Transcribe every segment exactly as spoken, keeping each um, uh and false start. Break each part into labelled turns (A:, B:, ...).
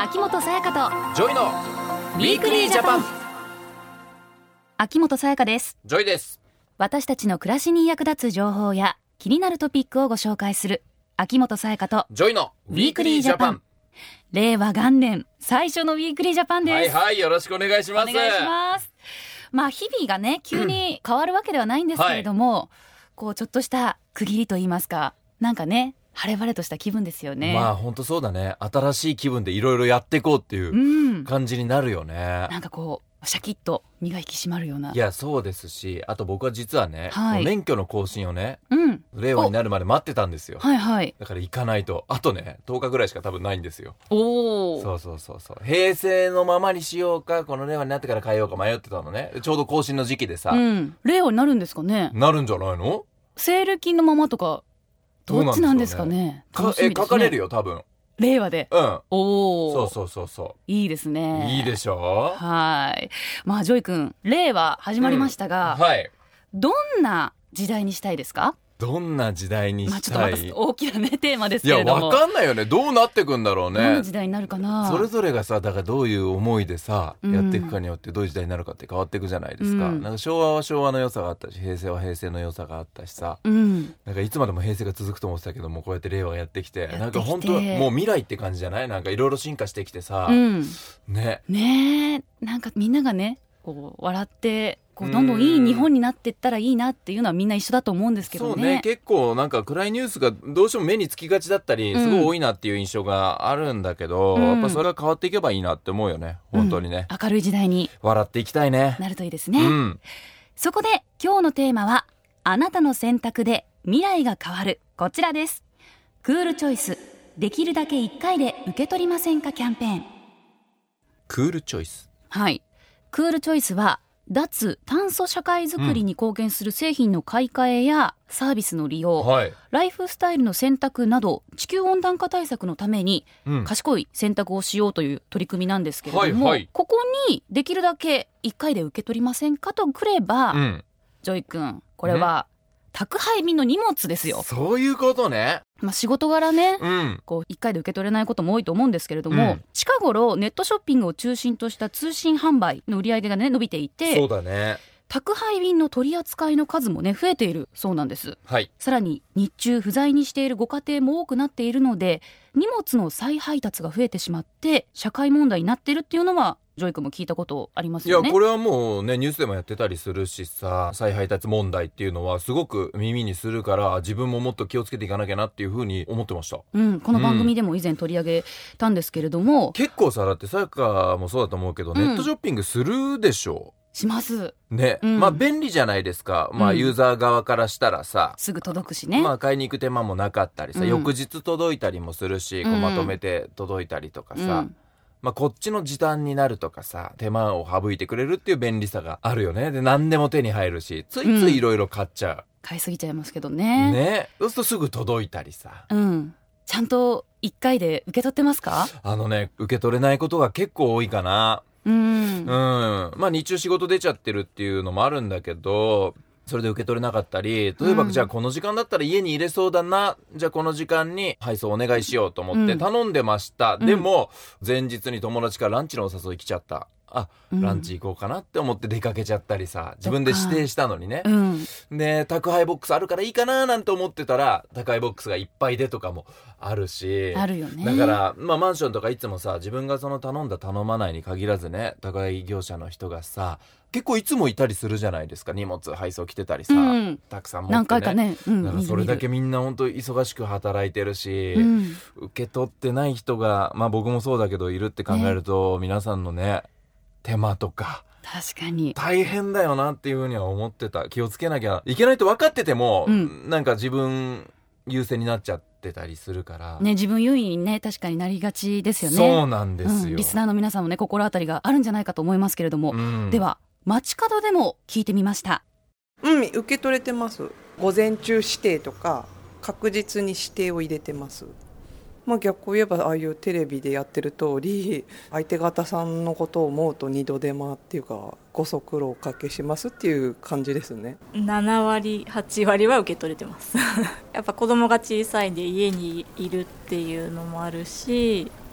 A: 秋元才加と
B: ジョイのウィークリージャパン。
A: 秋元才加です。
B: ジョイです。
A: 私たちの暮らしに役立つ情報や気になるトピックをご紹介する秋元才加と
B: ジョイのウィークリージャパン。
A: 令和元年最初のウィークリージャパンです。
B: はいはい、よろしくお願いします。
A: お願いします。まあ日々がね急に変わるわけではないんですけれども、はい、こうちょっとした区切りといいますか、なんかね晴れ晴れとした気分ですよね。
B: まあ本当そうだね。新しい気分でいろいろやっていこうっていう感じになるよね、うん、
A: なんかこうシャキッと身が引き締まるような。
B: いやそうですし、あと僕は実はね、
A: はい、
B: 免許の更新をね、
A: うん、
B: 令和になるまで待ってたんですよ。
A: はいはい。
B: だから行かないとあとねとおかぐらいしか多分ないんですよ。
A: おー、
B: そうそうそうそう。平成のままにしようかこの令和になってから変えようか迷ってたのね。ちょうど更新の時期でさ、
A: うん、令和になるんですかね。
B: なるんじゃないの。
A: 西暦のままとかどっちなんですかね。
B: かえ書かれるよ多分
A: 令和で。
B: うん。
A: おお。
B: そうそうそうそう。
A: いいですね。
B: いいでしょ。
A: はい。まあジョイ君、令和始まりましたが、
B: うん、はい。
A: どんな時代にしたいですか。
B: どんな時代にしたい、まあ、ちょっとまた
A: 大きな、ね、テーマですけれども。
B: いや分かんないよね。どうなってくんだろうね。
A: どんな時代になるかな。
B: それぞれがさ、だからどういう思いでさ、うん、やっていくかによってどういう時代になるかって変わっていくじゃないですか、うん、なんか昭和は昭和の良さがあったし、平成は平成の良さがあったしさ、うん、なんかいつまでも平成が続くと思ってたけども、こうやって令和がやってきて、やってきてなんか本当はもう未来って感じじゃない。なんかいろいろ進化してきてさ、うん、ね
A: ねえ、なんかみんながねこう笑ってこうどんどんいい日本になっていったらいいなっていうのはみんな一緒だと思うんですけどね。
B: そうね、結構なんか暗いニュースがどうしても目につきがちだったりすごい多いなっていう印象があるんだけど、うん、やっぱそれが変わっていけばいいなって思うよね、本当にね、
A: うん、明るい時代に
B: 笑っていきたいね。
A: なるといいですね、
B: うん、
A: そこで今日のテーマはあなたの選択で未来が変わる、こちらです。クールチョイス、できるだけいっかいで受け取りませんかキャンペーン。
B: クールチョイス。
A: はい、クールチョイスは脱炭素社会づくりに貢献する製品の買い替えやサービスの利用、うん、はい、ライフスタイルの選択など地球温暖化対策のために賢い選択をしようという取り組みなんですけれども、はいはい、ここにできるだけいっかいで受け取りませんかとくれば、うん、ジョイ君これは宅配便の荷物ですよ。
B: そういうことね。
A: まあ、仕事柄ね、うん、こういっかいで受け取れないことも多いと思うんですけれども、うん、近頃ネットショッピングを中心とした通信販売の売り上げがね伸びていて、
B: そうだね、
A: 宅配便の取り扱いの数もね増えているそうなんです、はい、さらに日中不在にしているご家庭も多くなっているので荷物の再配達が増えてしまって社会問題になっているっていうのはジョイ君も聞いたことありますよね。
B: いやこれはもうねニュースでもやってたりするしさ、再配達問題っていうのはすごく耳にするから自分ももっと気をつけていかなきゃなっていうふうに思ってました、
A: うん、この番組でも以前取り上げたんですけれども、うん、
B: 結構さだってさやかもそうだと思うけど、うん、ネットショッピングするでしょ。
A: します
B: ね、うん、まあ便利じゃないですか、まあ、ユーザー側からしたらさ、
A: うん、すぐ届くしね、
B: まあ、買いに行く手間もなかったりさ、うん、翌日届いたりもするし、こうまとめて届いたりとかさ、うんまあ、こっちの時短になるとかさ手間を省いてくれるっていう便利さがあるよね。で何でも手に入るしついついいろいろ買っちゃう、うん、
A: 買いすぎちゃいますけどね。
B: ね、そうするとすぐ届いたりさ、
A: うん、ちゃんといっかいで受け取ってますか。
B: あのね受け取れないことが結構多いかな。うん、うん、まあ日中仕事出ちゃってるっていうのもあるんだけどそれで受け取れなかったり、例えば、うん、じゃあこの時間だったら家に入れそうだな、じゃあこの時間に配送お願いしようと思って頼んでました、うん、でも前日に友達からランチのお誘い来ちゃった、あ、うん、ランチ行こうかなって思って出かけちゃったりさ、自分で指定したのにね、うん、で宅配ボックスあるからいいかななんて思ってたら宅配ボックスがいっぱいでとかもあるし、
A: あるよね。
B: だから、まあ、マンションとかいつもさ自分がその頼んだ頼まないに限らずね宅配業者の人がさ結構いつもいたりするじゃないですか。荷物配送来てたりさ、うん、たくさん持ってね、
A: 何回かね、うん、
B: だからそれだけみんな本当忙しく働いてるし、うん、受け取ってない人が、まあ、僕もそうだけどいるって考えると、ね、皆さんのね手間とか
A: 確かに
B: 大変だよなっていうふうには思ってた。気をつけなきゃいけないと分かってても、うん、なんか自分優先になっちゃってたりするから
A: ね、自分優位にね確かになりがちですよね。
B: そうなんですよ、
A: うん、リスナーの皆さんもね心当たりがあるんじゃないかと思いますけれども、うん、では街角でも聞いてみました。
C: うん、受け取れてます。午前中指定とか確実に指定を入れてます。まあ、逆を言えばああいうテレビでやってる通り相手方さんのことを思うと二度手間っていうかご足労おかけしますっていう感じですね。
D: ななわりはちわりは受け取れてますやっぱ子供が小さいんで家にいるっていうのもあるし、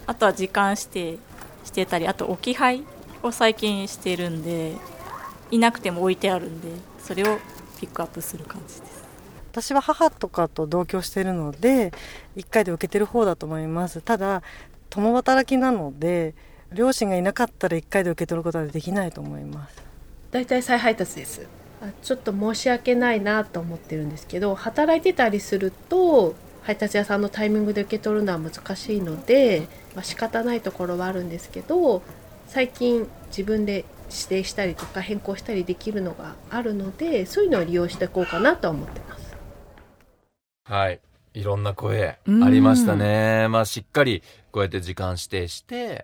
D: あとは時間指定してたり、あと置き配を最近してるんで、いなくても置いてあるんで、それをピックアップする感じです。
E: 私は母とかと同居しているのでいっかいで受けてる方だと思います。ただ共働きなので両親がいなかったらいっかいで受け取ることはできないと思います。
F: だいたい再配達です。ちょっと申し訳ないなと思ってるんですけど、働いてたりすると配達屋さんのタイミングで受け取るのは難しいので、まあ、仕方ないところはあるんですけど、最近自分で指定したりとか変更したりできるのがあるので、そういうのを利用していこうかなと思ってます。
B: はい、いろんな声ありましたね。まあしっかりこうやって時間指定して、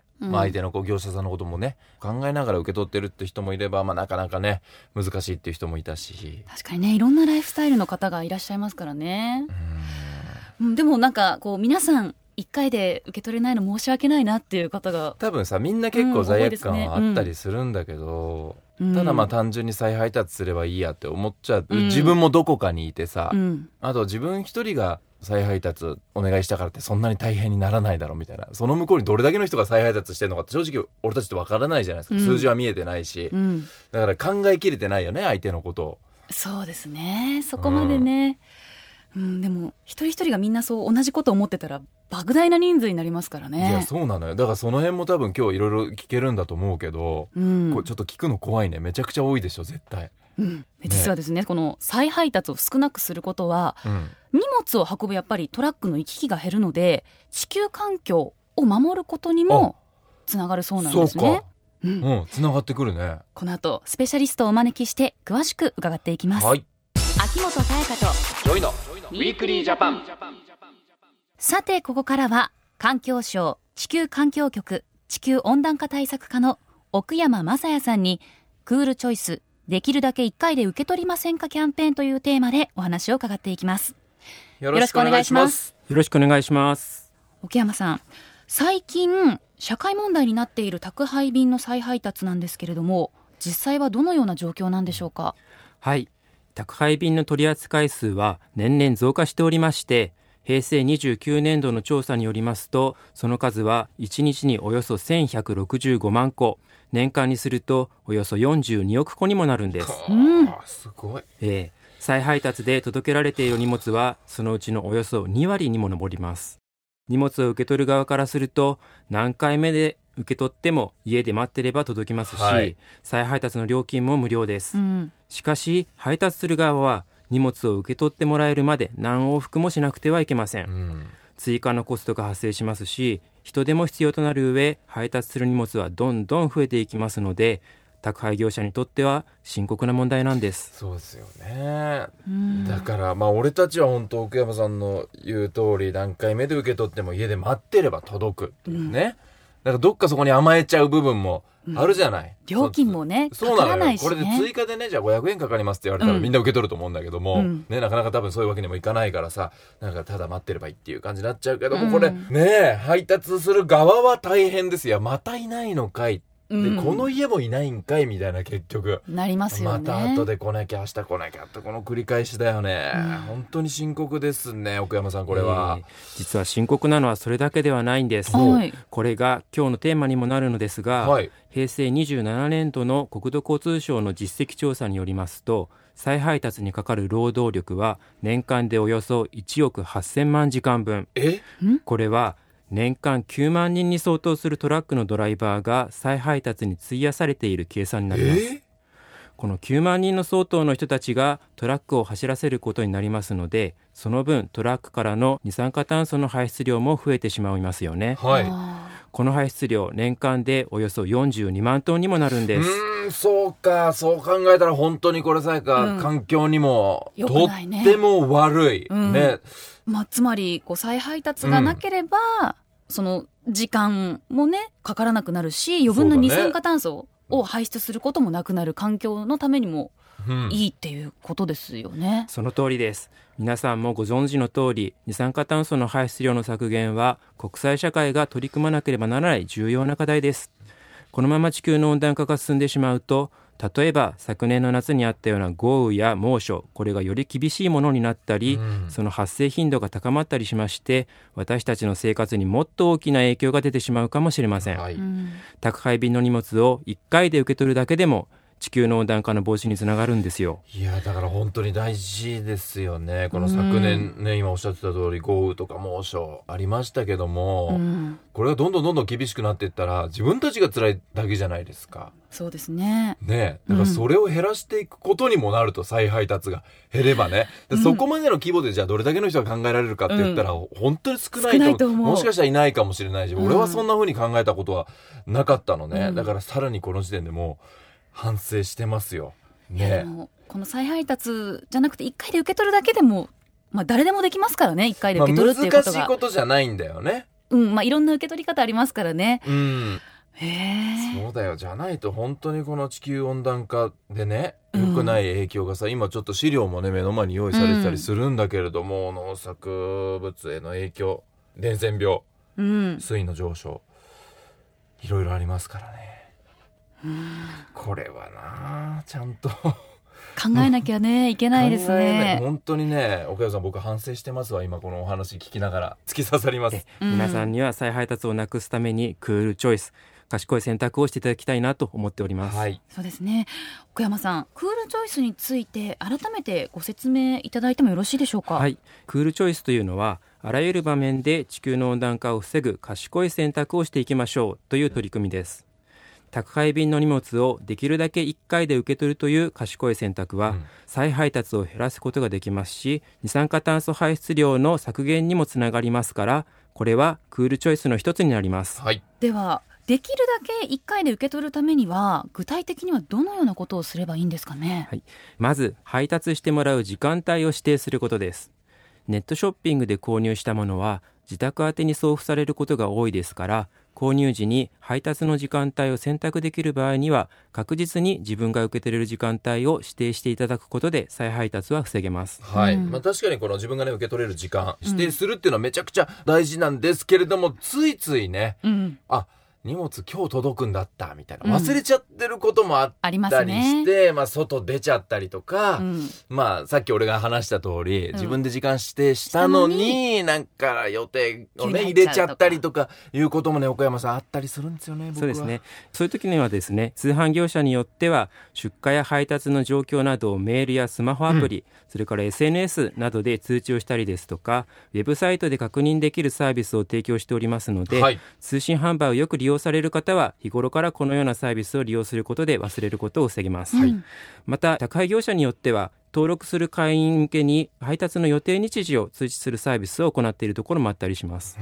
B: まあ、相手のこう業者さんのこともね考えながら受け取ってるって人もいれば、まあ、なかなかね難しいっていう人もいたし、
A: 確かにねいろんなライフスタイルの方がいらっしゃいますからね。うん、でもなんかこう皆さんいっかいで受け取れないの申し訳ないなっていう方が
B: 多分さみんな結構罪悪感はあったりするんだけど、うんねうん、ただまあ単純に再配達すればいいやって思っちゃう、うん、自分もどこかにいてさ、うん、あと自分一人が再配達お願いしたからってそんなに大変にならないだろうみたいな、その向こうにどれだけの人が再配達してるのかって正直俺たちってわからないじゃないですか、うん、数字は見えてないし、うん、だから考えきれてないよね相手のことを。
A: そうですね、そこまでね、うんうん、でも一人一人がみんなそう同じことを思ってたら莫大な人数になりますからね。
B: いやそうなのよ、だからその辺も多分今日いろいろ聞けるんだと思うけど、うん、こうちょっと聞くの怖いね、めちゃくちゃ多いでしょ絶対。
A: うん、実はですね、この再配達を少なくすることは、うん、荷物を運ぶやっぱりトラックの行き来が減るので地球環境を守ることにもつながるそうなんですね。
B: そうか、うんうん、つながってくるね。
A: この後スペシャリストをお招きして詳しく伺っていきます。はい、秋元彩香と
B: ジョイのウィークリージャパン。
A: さてここからは環境省地球環境局地球温暖化対策課の奥山正也さんにクールチョイスできるだけいっかいで受け取りませんかキャンペーンというテーマでお話を伺っていきます。
B: よろしくお願いします。
G: よろしくお願いします。
A: 奥山さん、最近社会問題になっている宅配便の再配達なんですけれども、実際はどのような状況なんでしょうか。
G: はい、宅配便の取り扱い数は年々増加しておりまして、平成にじゅうきゅうねんどの調査によりますと、その数はいちにちにおよそせんひゃくろくじゅうごまんこ、年間にするとおよそよんじゅうにおくこにもなるんです。
B: うん、すごい、
G: えー、再配達で届けられている荷物はそのうちのおよそにわりにも上ります。荷物を受け取る側からすると何回目で受け取っても家で待ってれば届きますし、はい、再配達の料金も無料です、うん、しかし配達する側は荷物を受け取ってもらえるまで何往復もしなくてはいけません、うん、追加のコストが発生しますし、人手も必要となる上配達する荷物はどんどん増えていきますので、宅配業者にとっては深刻な問題なんです。
B: そうですよね。だからまあ俺たちは本当奥山さんの言う通り何回目で受け取っても家で待ってれば届くっていうね、うん、だからどっかそこに甘えちゃう部分もあるじゃない、うん、
A: 料金もねかからないしね。
B: これで追加でねじゃあごひゃくえんかかりますって言われたらみんな受け取ると思うんだけども、うんね、なかなか多分そういうわけにもいかないからさ、なんかただ待ってればいいっていう感じになっちゃうけども、うん、これね配達する側は大変ですよ。またいないのかいで、うん、この家もいないんかいみたいな、結局
A: なりますよね。
B: また後で来なきゃ明日来なきゃってこの繰り返しだよね、うん、本当に深刻ですね奥山さんこれは、えー、
G: 実は深刻なのはそれだけではないんです、はい、これが今日のテーマにもなるのですが、はい、平成にじゅうななねんどの国土交通省の実績調査によりますと、再配達にかかる労働力は年間でおよそいちおくはっせんまんじかんぶん。
B: え
G: これは年間きゅうまんにんに相当するトラックのドライバーが再配達に費やされている計算になります、えー、このきゅうまんにんの相当の人たちがトラックを走らせることになりますので、その分トラックからの二酸化炭素の排出量も増えてしまいますよね、
B: はい、
G: この排出量年間でおよそよんじゅうにまんトンにもなるんです。
B: うーんそうか、そう考えたら本当にこれさえか、うん、環境にもとっても悪い、
A: うん
B: ね、
A: まあ、つまりこう再配達がなければ、うん、その時間もねかからなくなるし、余分な二酸化炭素を排出することもなくなる、環境のためにもいいっていうことですよね、
G: うん、その通りです。皆さんもご存知の通り、二酸化炭素の排出量の削減は国際社会が取り組まなければならない重要な課題です。このまま地球の温暖化が進んでしまうと、 例えば昨年の夏にあったような豪雨や猛暑、これがより厳しいものになったり、うん、その発生頻度が高まったりしまして、私たちの生活にもっと大きな影響が出てしまうかもしれません、はい、宅配便の荷物をいっかいで受け取るだけでも地球の温暖化の防止につながるんですよ。
B: いやだから本当に大事ですよね。この昨年ね、今おっしゃってた通り豪雨とか猛暑ありましたけども、うん、これがどんどんどんどん厳しくなっていったら自分たちが辛いだけじゃないですか。
A: そうですね。
B: ね、だからそれを減らしていくことにもなると、再配達が減ればね、でそこまでの規模でじゃあどれだけの人が考えられるかって言ったら、うん、本当に少ないと、少ないと思う。もしかしたらいないかもしれないし、うん、俺はそんな風に考えたことはなかったのね、うん、だからさらにこの時点でもう反省してますよ、ね、
A: この再配達じゃなくていっかいで受け取るだけでも、まあ、誰でもできますからね。いっかいで受け取るっていうことが、
B: まあ、難しいことじゃないんだよね。
A: うん、まあ、いろんな受け取り方ありますからね、うん、
B: へそうだよ。じゃないと本当にこの地球温暖化でね、良くない影響がさ、うん、今ちょっと資料もね目の前に用意されてたりするんだけれども、うん、農作物への影響、伝染病、うん、水位の上昇、いろいろありますからね。うん、これはなちゃんと考
A: えなきゃねいけないですね。
B: 本当にね、岡山さん、僕反省してますわ。今このお話聞きながら突き刺さります。
G: 皆さんには再配達をなくすためにクールチョイス、賢い選択をしていただきたいなと思っております、はい、
A: そうですね。奥山さん、クールチョイスについて改めてご説明いただいてもよろしいでしょうか。
G: はい、クールチョイスというのは、あらゆる場面で地球の温暖化を防ぐ賢い選択をしていきましょうという取り組みです、うん。宅配便の荷物をできるだけいっかいで受け取るという賢い選択は、うん、再配達を減らすことができますし、二酸化炭素排出量の削減にもつながりますから、これはクールチョイスの一つになります、
B: はい、
A: ではできるだけいっかいで受け取るためには、具体的にはどのようなことをすればいいんですかね。
G: はい、まず配達してもらう時間帯を指定することです。ネットショッピングで購入したものは自宅宛てに送付されることが多いですから、購入時に配達の時間帯を選択できる場合には、確実に自分が受け取れる時間帯を指定していただくことで再配達は防げます、
B: はい、うん、まあ、確かにこの自分が、ね、受け取れる時間指定するっていうのはめちゃくちゃ大事なんですけれども、うん、ついついね、うん、あ荷物今日届くんだったみたいな忘れちゃってることもあったりして、うん、まあ、外出ちゃったりとか、うん、まあさっき俺が話した通り、うん、自分で時間指定したのになんか予定をね入れちゃったりとかいうこともね、岡山さんあったりするんですよね。僕は
G: そうですね。そういう時にはですね、通販業者によっては出荷や配達の状況などをメールやスマホアプリ、うん、それから エスエヌエス などで通知をしたりですとか、ウェブサイトで確認できるサービスを提供しておりますので、はい、通信販売をよく利用される方は日頃からこのようなサービスを利用することで忘れることを防げます、はい、また宅配業者によっては登録する会員向けに配達の予定日時を通知するサービスを行っているところもあったりします。
B: うん、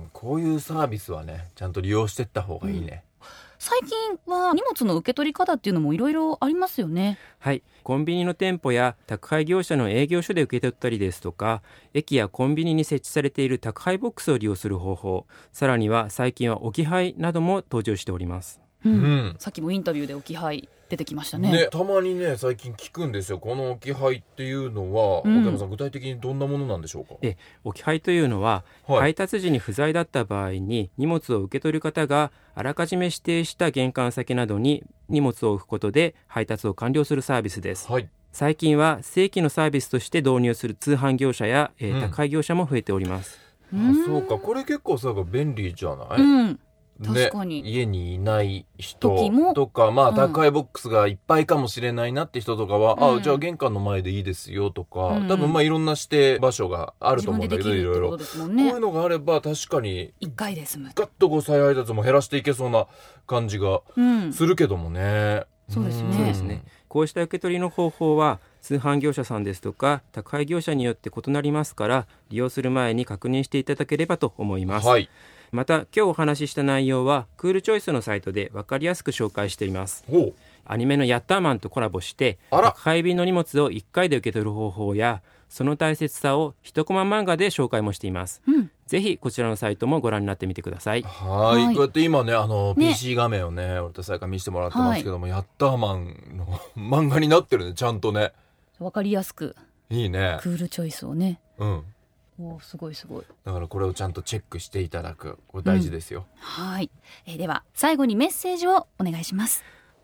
B: こういうサービスはねちゃんと利用していった方がいいね、うん。
A: 最近は荷物の受け取り方っていうのもいろいろありますよね。
G: はい、コンビニの店舗や宅配業者の営業所で受け取ったりですとか、駅やコンビニに設置されている宅配ボックスを利用する方法、さらには最近は置き配なども登場しております、
A: うんうん、さっきもインタビューで置き配出てきましたね。
B: ね、たまにね最近聞くんですよ。この置き配っていうのは、うん、岡山さん具体的にどんなものなんでしょうか。
G: え置き配というのは、はい、配達時に不在だった場合に荷物を受け取る方があらかじめ指定した玄関先などに荷物を置くことで配達を完了するサービスです、はい、最近は正規のサービスとして導入する通販業者や、えー、宅配業者も増えております、
B: うん、あそうか、これ結構さ便利じゃない、うん確かに、ね、家にいない人とか、まあ、宅配ボックスがいっぱいかもしれないなって人とかは、うん、あじゃあ玄関の前でいいですよとか、うん、多分まあいろんな指定場所があると思うんだけど、いろいろこういうのがあれば確かに
A: いっかいで済む、
B: ガッとこう再配達も減らしていけそうな感じがするけどもね、
A: うん、そうですね、
G: そうですね。こうした受け取りの方法は通販業者さんですとか宅配業者によって異なりますから、利用する前に確認していただければと思います、はい。また今日お話しした内容はクールチョイスのサイトで分かりやすく紹介しています。アニメのヤッターマンとコラボして宅配便の荷物をいっかいで受け取る方法やその大切さを一コマ漫画で紹介もしています、うん、ぜひこちらのサイトもご覧になってみてください。
B: はい、はい、こうやって今ねあの、ね、ピーシー 画面をね俺とさやか見せてもらってますけども、はい、ヤッターマンの漫画になってるね、ちゃんとね
A: 分かりやすく
B: いいね、
A: クールチョイスをね、
B: うん
A: おすごいすごい。
B: だからこれをちゃんとチェックしていただく、これ大事ですよ、
A: うん、はい、えー、では最後にメッセージをお願いします。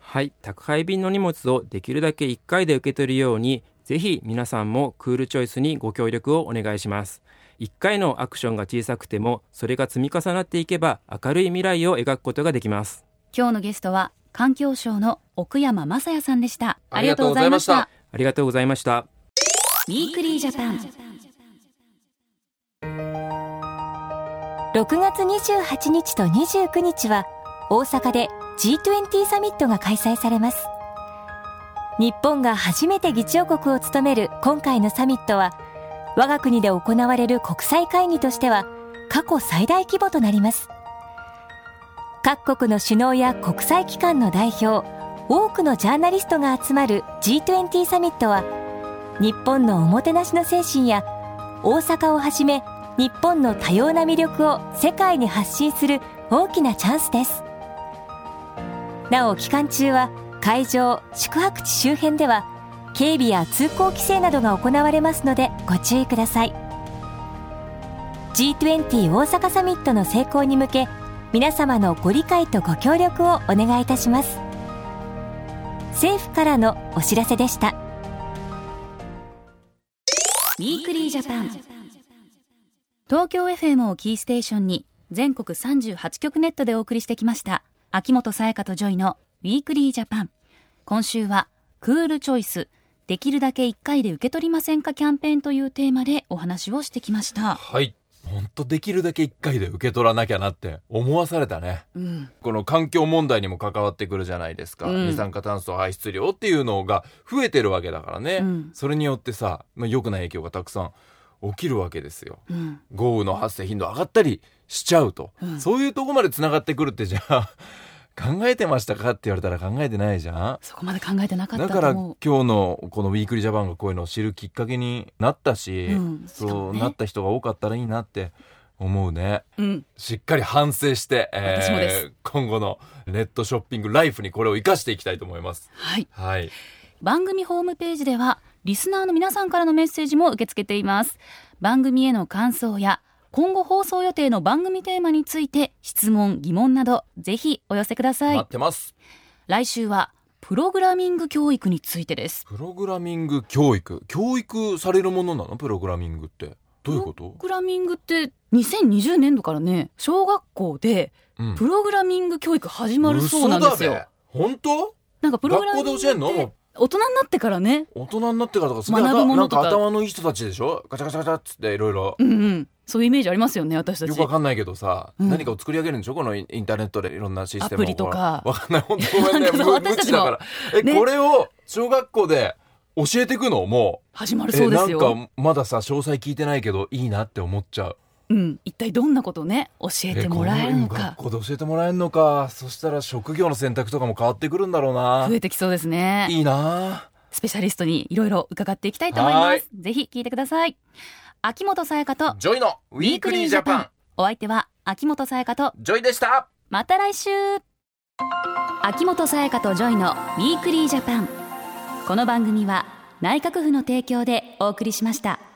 G: はい、宅配便の荷物をできるだけいっかいで受け取るように、ぜひ皆さんもクールチョイスにご協力をお願いします。いっかいのアクションが小さくても、それが積み重なっていけば明るい未来を描くことができます。
A: 今日のゲストは環境省の奥山正也さんでした。ありがとうございました。
G: ありがとうございました。
A: ウィークリージャパン。
H: ろくがつにじゅうはちにちとにじゅうくにちは大阪で ジーにじゅう サミットが開催されます。日本が初めて議長国を務める今回のサミットは、我が国で行われる国際会議としては過去最大規模となります。各国の首脳や国際機関の代表、多くのジャーナリストが集まる ジーにじゅう サミットは、日本のおもてなしの精神や大阪をはじめ日本の多様な魅力を世界に発信する大きなチャンスです。なお期間中は会場、宿泊地周辺では警備や通行規制などが行われますのでご注意ください。 ジーにじゅう 大阪サミットの成功に向け、皆様のご理解とご協力をお願いいたします。政府からのお知らせでした。
A: ウィークリージャパン。東京 エフエム をキーステーションに全国さんじゅうはちきょくネットでお送りしてきました秋元才加とジョイのウィークリージャパン。今週はクールチョイス、できるだけいっかいで受け取りませんかキャンペーンというテーマでお話をしてきました。
B: はい、本当できるだけいっかいで受け取らなきゃなって思わされたね、うん、この環境問題にも関わってくるじゃないですか、うん、二酸化炭素排出量っていうのが増えてるわけだからね、うん、それによってさ、まあ、良くない影響がたくさん起きるわけですよ、うん、豪雨の発生頻度上がったりしちゃうと、うん、そういうとこまでつながってくるって、じゃあ考えてましたかって言われたら考えてないじゃん。
A: そこまで考えてなかったと思う。
B: だから今日のこのウィークリージャパンがこういうのを知るきっかけになったし、うん、そうなった人が多かったらいいなって思うね、うん、しっかり反省して、えー、今後のネットショッピングライフにこれを生かしていきたいと思います。
A: はい、
B: はい、
A: 番組ホームページではリスナーの皆さんからのメッセージも受け付けています。番組への感想や今後放送予定の番組テーマについて質問、疑問などぜひお寄せください。
B: 待ってます。
A: 来週はプログラミング教育についてです。
B: プログラミング教育、教育されるものなの？プログラミングってどういうこと？
A: プログラミングってにせんにじゅうねんどからね、小学校でプログラミング教育始まるそうなんですよ、うん、
B: 本当？
A: なんかプログラミングって学校で教えんの？大人になってからね。
B: 大人になってからとかすげえ学ぶものとか、なんか頭のいい人たちでしょ、ガチャガチャガチャっつっていろいろ、
A: うんうん、そういうイメージありますよね、私たち。
B: よくわかんないけどさ、うん、何かを作り上げるんでしょ、このインターネットでいろんなシステムを。
A: アプリとか
B: わかんない、本当ごめんね無知だから、え、ね、これを小学校で教えていくのもう
A: 始まるそうですよ。
B: なんかまださ詳細聞いてないけどいいなって思っちゃう。
A: うん、一体どんなことをね教えてもらえるのか。
B: 学校で教えてもらえるのか。そしたら職業の選択とかも変わってくるんだろうな。
A: 増えてきそうですね。
B: いいな。
A: スペシャリストにいろいろ伺っていきたいと思います。ぜひ聞いてください。秋元才加と
B: ジョイのウィークリージャパン。
A: お相手は秋元才加と
B: ジョイでした。
A: また来週。秋元才加とジョイのウィークリージャパン。この番組は内閣府の提供でお送りしました。